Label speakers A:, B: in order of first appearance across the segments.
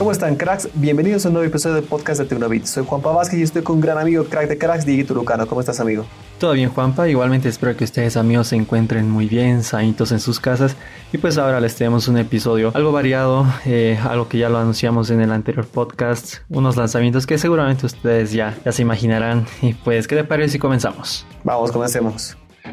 A: ¿Cómo están, cracks? Bienvenidos a un nuevo episodio del podcast de Tecnobit. Soy Juanpa Vázquez y estoy con un gran amigo, crack de cracks, Dieguito Lucano. ¿Cómo estás, amigo?
B: Todo bien, Juanpa. Igualmente espero que ustedes, amigos, se encuentren muy bien, sanitos en sus casas. Y pues ahora les tenemos un episodio algo variado, algo que ya lo anunciamos en el anterior podcast. Unos lanzamientos que seguramente ustedes ya se imaginarán. Y pues, ¿qué te parece si comenzamos?
A: Vamos, comencemos.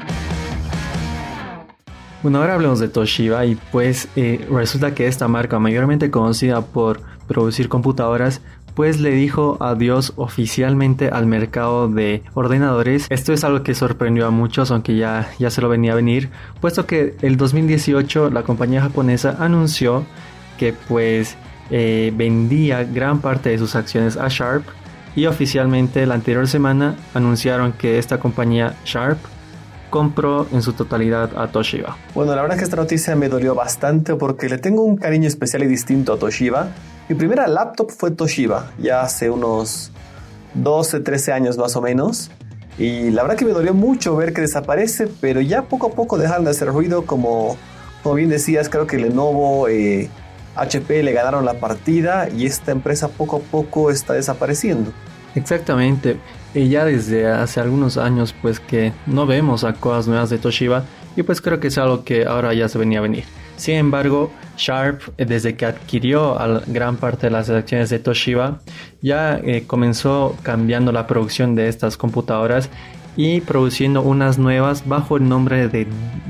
B: Bueno, ahora hablemos de Toshiba y pues resulta que esta marca, mayormente conocida por producir computadoras, pues le dijo adiós oficialmente al mercado de ordenadores. Esto es algo que sorprendió a muchos, aunque ya se lo venía a venir, puesto que el 2018 la compañía japonesa anunció que pues vendía gran parte de sus acciones a Sharp, y oficialmente la anterior semana anunciaron que esta compañía Sharp compró en su totalidad a Toshiba.
A: Bueno, la verdad es que esta noticia me dolió bastante porque le tengo un cariño especial y distinto a Toshiba. Mi primera laptop fue Toshiba, ya hace unos 12, 13 años más o menos. Y la verdad que me dolió mucho ver que desaparece, pero ya poco a poco dejaron de hacer ruido. Como bien decías, creo que Lenovo, HP le ganaron la partida y esta empresa poco a poco está desapareciendo.
B: Exactamente, ya desde hace algunos años pues que no vemos a cosas nuevas de Toshiba, y pues creo que es algo que ahora ya se venía a venir. Sin embargo, Sharp, desde que adquirió gran parte de las acciones de Toshiba, ya comenzó cambiando la producción de estas computadoras y produciendo unas nuevas bajo el nombre de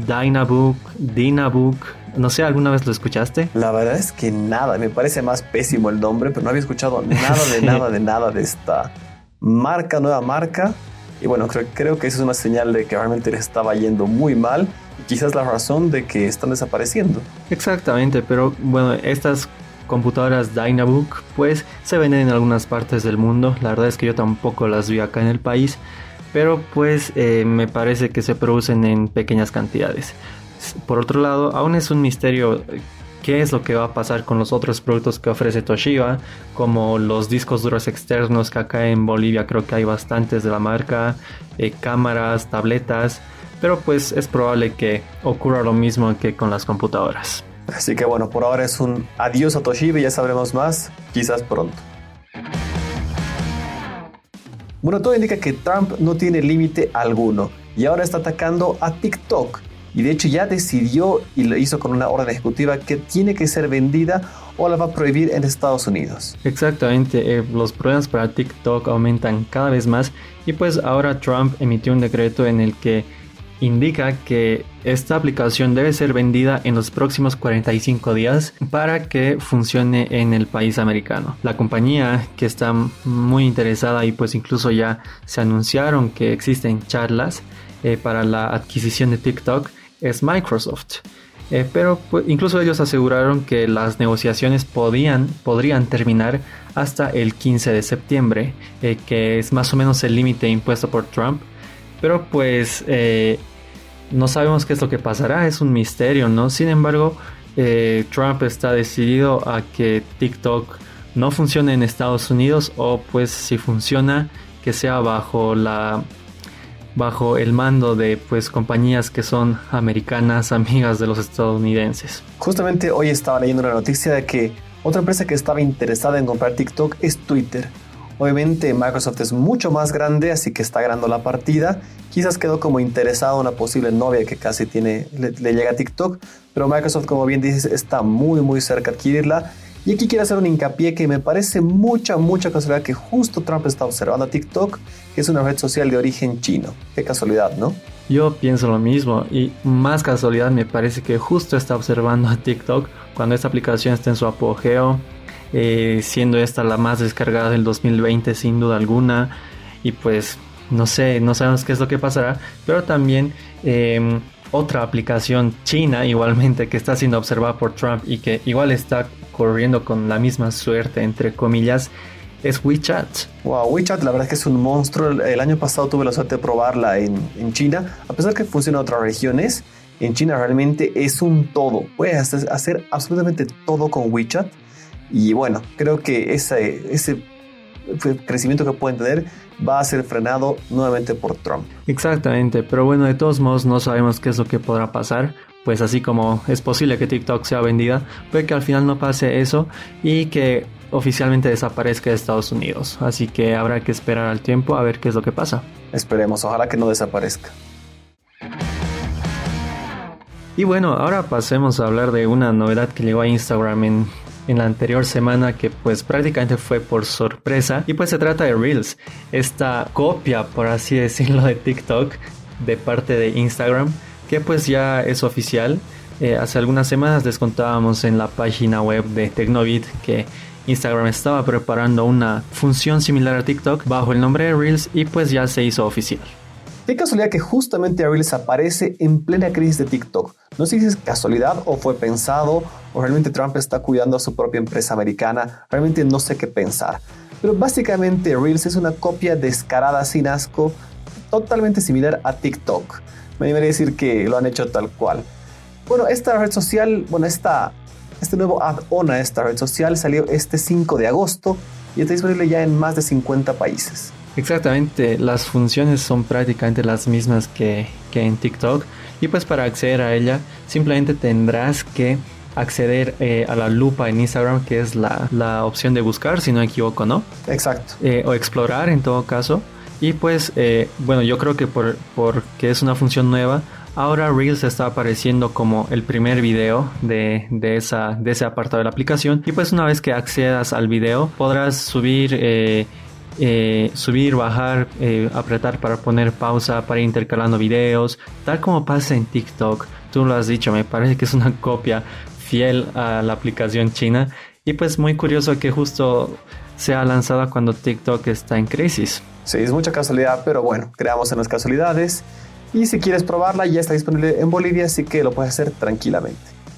B: Dynabook. No sé, ¿alguna vez lo escuchaste?
A: La verdad es que nada, me parece más pésimo el nombre, pero no había escuchado nada
B: Sí.
A: de nada de esta nueva marca. Y bueno, creo que eso es una señal de que realmente le estaba yendo muy mal y quizás la razón de que están desapareciendo.
B: Exactamente, pero bueno, estas computadoras Dynabook pues se venden en algunas partes del mundo. La verdad es que yo tampoco las vi acá en el país, pero pues me parece que se producen en pequeñas cantidades. Por otro lado, aún es un misterio qué es lo que va a pasar con los otros productos que ofrece Toshiba, como los discos duros externos, que acá en Bolivia creo que hay bastantes de la marca, cámaras, tabletas, pero pues es probable que ocurra lo mismo que con las computadoras.
A: Así que bueno, por ahora es un adiós a Toshiba y ya sabremos más, quizás pronto. Bueno, todo indica que Trump no tiene límite alguno y ahora está atacando a TikTok. Y de hecho ya decidió y lo hizo con una orden ejecutiva que tiene que ser vendida o la va a prohibir en Estados Unidos.
B: Exactamente, los problemas para TikTok aumentan cada vez más y pues ahora Trump emitió un decreto en el que indica que esta aplicación debe ser vendida en los próximos 45 días para que funcione en el país americano. La compañía, que está muy interesada, y pues incluso ya se anunciaron que existen charlas para la adquisición de TikTok, es Microsoft. Pero pues, incluso ellos aseguraron que las negociaciones podrían terminar hasta el 15 de septiembre, que es más o menos el límite impuesto por Trump. Pero pues no sabemos qué es lo que pasará, es un misterio, ¿no? Sin embargo, Trump está decidido a que TikTok no funcione en Estados Unidos, o pues si funciona, que sea bajo el mando de pues compañías que son americanas, amigas de los estadounidenses.
A: Justamente hoy estaba leyendo una noticia de que otra empresa que estaba interesada en comprar TikTok es Twitter. Obviamente Microsoft es mucho más grande, así que está ganando la partida. Quizás quedó como interesado una posible novia que casi le llega a TikTok, pero Microsoft, como bien dices, está muy cerca de adquirirla. Y aquí quiero hacer un hincapié que me parece mucha casualidad que justo Trump está observando a TikTok, que es una red social de origen chino. Qué casualidad, ¿no?
B: Yo pienso lo mismo, y más casualidad me parece que justo está observando a TikTok cuando esta aplicación está en su apogeo, siendo esta la más descargada del 2020 sin duda alguna. Y pues no sabemos qué es lo que pasará, pero también otra aplicación china igualmente que está siendo observada por Trump y que igual está corriendo con la misma suerte, entre comillas, es WeChat.
A: Wow, WeChat la verdad es que es un monstruo. El año pasado tuve la suerte de probarla en China. A pesar que funciona en otras regiones, en China realmente es un todo. Puedes hacer absolutamente todo con WeChat. Y bueno, creo que ese crecimiento que pueden tener va a ser frenado nuevamente por Trump.
B: Exactamente, pero bueno, de todos modos no sabemos qué es lo que podrá pasar. Pues así como es posible que TikTok sea vendida, puede que al final no pase eso y que oficialmente desaparezca de Estados Unidos. Así que habrá que esperar al tiempo a ver qué es lo que pasa.
A: Esperemos, ojalá que no desaparezca.
B: Y bueno, ahora pasemos a hablar de una novedad que llegó a Instagram en la anterior semana, que pues prácticamente fue por sorpresa, y pues se trata de Reels, esta copia, por así decirlo, de TikTok de parte de Instagram, que pues ya es oficial. Hace algunas semanas les contábamos en la página web de Tecnobit que Instagram estaba preparando una función similar a TikTok bajo el nombre de Reels, y pues ya se hizo oficial.
A: Qué casualidad que justamente Reels aparece en plena crisis de TikTok. No sé si es casualidad o fue pensado o realmente Trump está cuidando a su propia empresa americana. Realmente no sé qué pensar. Pero básicamente Reels es una copia descarada sin asco, totalmente similar a TikTok. Me debería decir que lo han hecho tal cual. Bueno, esta red social, este nuevo add-on a esta red social salió este 5 de agosto y está disponible ya en más de 50 países.
B: Exactamente, las funciones son prácticamente las mismas que en TikTok, y pues para acceder a ella simplemente tendrás que acceder a la lupa en Instagram, que es la opción de buscar, si no me equivoco, ¿no?
A: Exacto.
B: O explorar en todo caso. Y pues, bueno, yo creo que porque es una función nueva, ahora Reels está apareciendo como el primer video de ese apartado de la aplicación. Y pues una vez que accedas al video podrás subir, bajar, apretar para poner pausa, para ir intercalando videos, tal como pasa en TikTok. Tú lo has dicho, me parece que es una copia fiel a la aplicación china, y pues muy curioso que justo sea lanzada cuando TikTok está en crisis.
A: Sí, es mucha casualidad, pero bueno, creamos en las casualidades, y si quieres probarla ya está disponible en Bolivia, así que lo puedes hacer tranquilamente.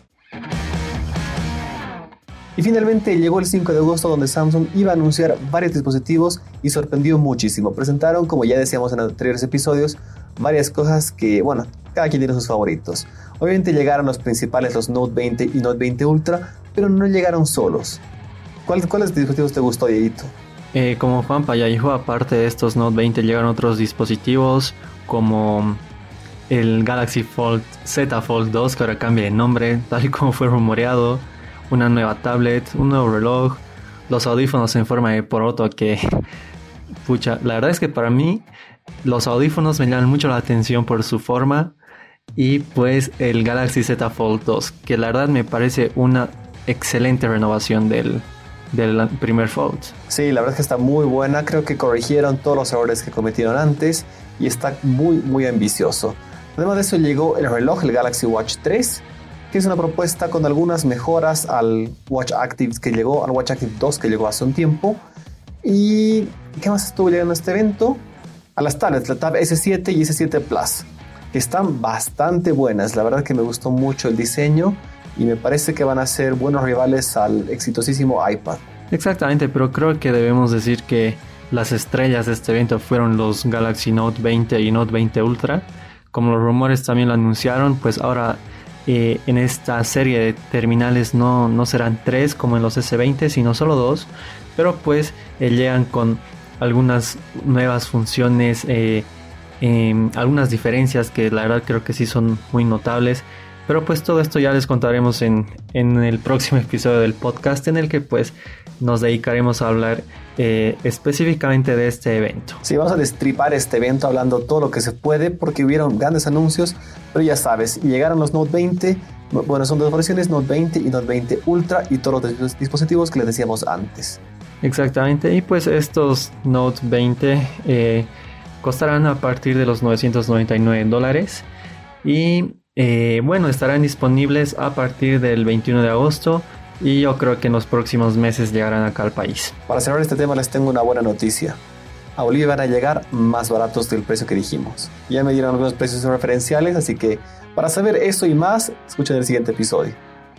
A: Y finalmente llegó el 5 de agosto, donde Samsung iba a anunciar varios dispositivos y sorprendió muchísimo. Presentaron, como ya decíamos en anteriores episodios, varias cosas que, bueno, cada quien tiene sus favoritos. Obviamente llegaron los principales, los Note 20 y Note 20 Ultra, pero no llegaron solos. ¿Cuáles dispositivos te gustó, Dieguito?
B: Como Juanpa ya dijo, aparte de estos Note 20 llegaron otros dispositivos como el Galaxy Fold Z Fold 2, que ahora cambia de nombre, tal y como fue rumoreado, una nueva tablet, un nuevo reloj, los audífonos en forma de poroto que, pucha, la verdad es que para mí los audífonos me llaman mucho la atención por su forma, y pues el Galaxy Z Fold 2, que la verdad me parece una excelente renovación del primer Fold.
A: Sí, la verdad es que está muy buena, creo que corrigieron todos los errores que cometieron antes y está muy muy ambicioso. Además de eso llegó el reloj, el Galaxy Watch 3, que es una propuesta con algunas mejoras al Watch Active al Watch Active 2 que llegó hace un tiempo. ¿Y qué más estuvo llegando a este evento? A las tablets, la Tab S7 y S7 Plus, que están bastante buenas. La verdad que me gustó mucho el diseño y me parece que van a ser buenos rivales al exitosísimo iPad.
B: Exactamente, pero creo que debemos decir que las estrellas de este evento fueron los Galaxy Note 20 y Note 20 Ultra. Como los rumores también lo anunciaron, pues ahora en esta serie de terminales no serán 3 como en los S20, sino solo 2, pero pues llegan con algunas nuevas funciones, algunas diferencias que la verdad creo que sí son muy notables. Pero pues todo esto ya les contaremos en el próximo episodio del podcast, en el que pues nos dedicaremos a hablar específicamente de este evento.
A: Sí, vamos a destripar este evento hablando todo lo que se puede, porque hubieron grandes anuncios, pero ya sabes, llegaron los Note 20, bueno, son dos versiones, Note 20 y Note 20 Ultra, y todos los dispositivos que les decíamos antes.
B: Exactamente, y pues estos Note 20 costarán a partir de los $999 y bueno, estarán disponibles a partir del 21 de agosto, y yo creo que en los próximos meses llegarán acá al país.
A: Para cerrar este tema les tengo una buena noticia. A Bolivia van a llegar más baratos del precio que dijimos. Ya me dieron algunos precios referenciales, así que para saber eso y más, escuchen el siguiente episodio.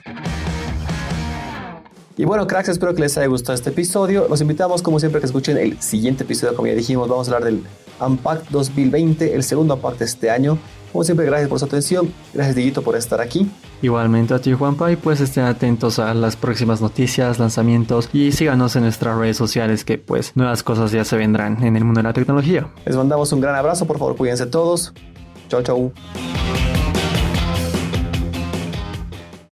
A: Y bueno, cracks, espero que les haya gustado este episodio. Los invitamos como siempre a que escuchen el siguiente episodio. Como ya dijimos, vamos a hablar del Unpacked 2020, el segundo Unpacked de este año. Como siempre, gracias por su atención. Gracias, Dieguito, por estar aquí.
B: Igualmente a ti, Juanpa, y pues estén atentos a las próximas noticias, lanzamientos, y síganos en nuestras redes sociales, que pues nuevas cosas ya se vendrán en el mundo de la tecnología.
A: Les mandamos un gran abrazo, por favor cuídense todos. Chau, chau.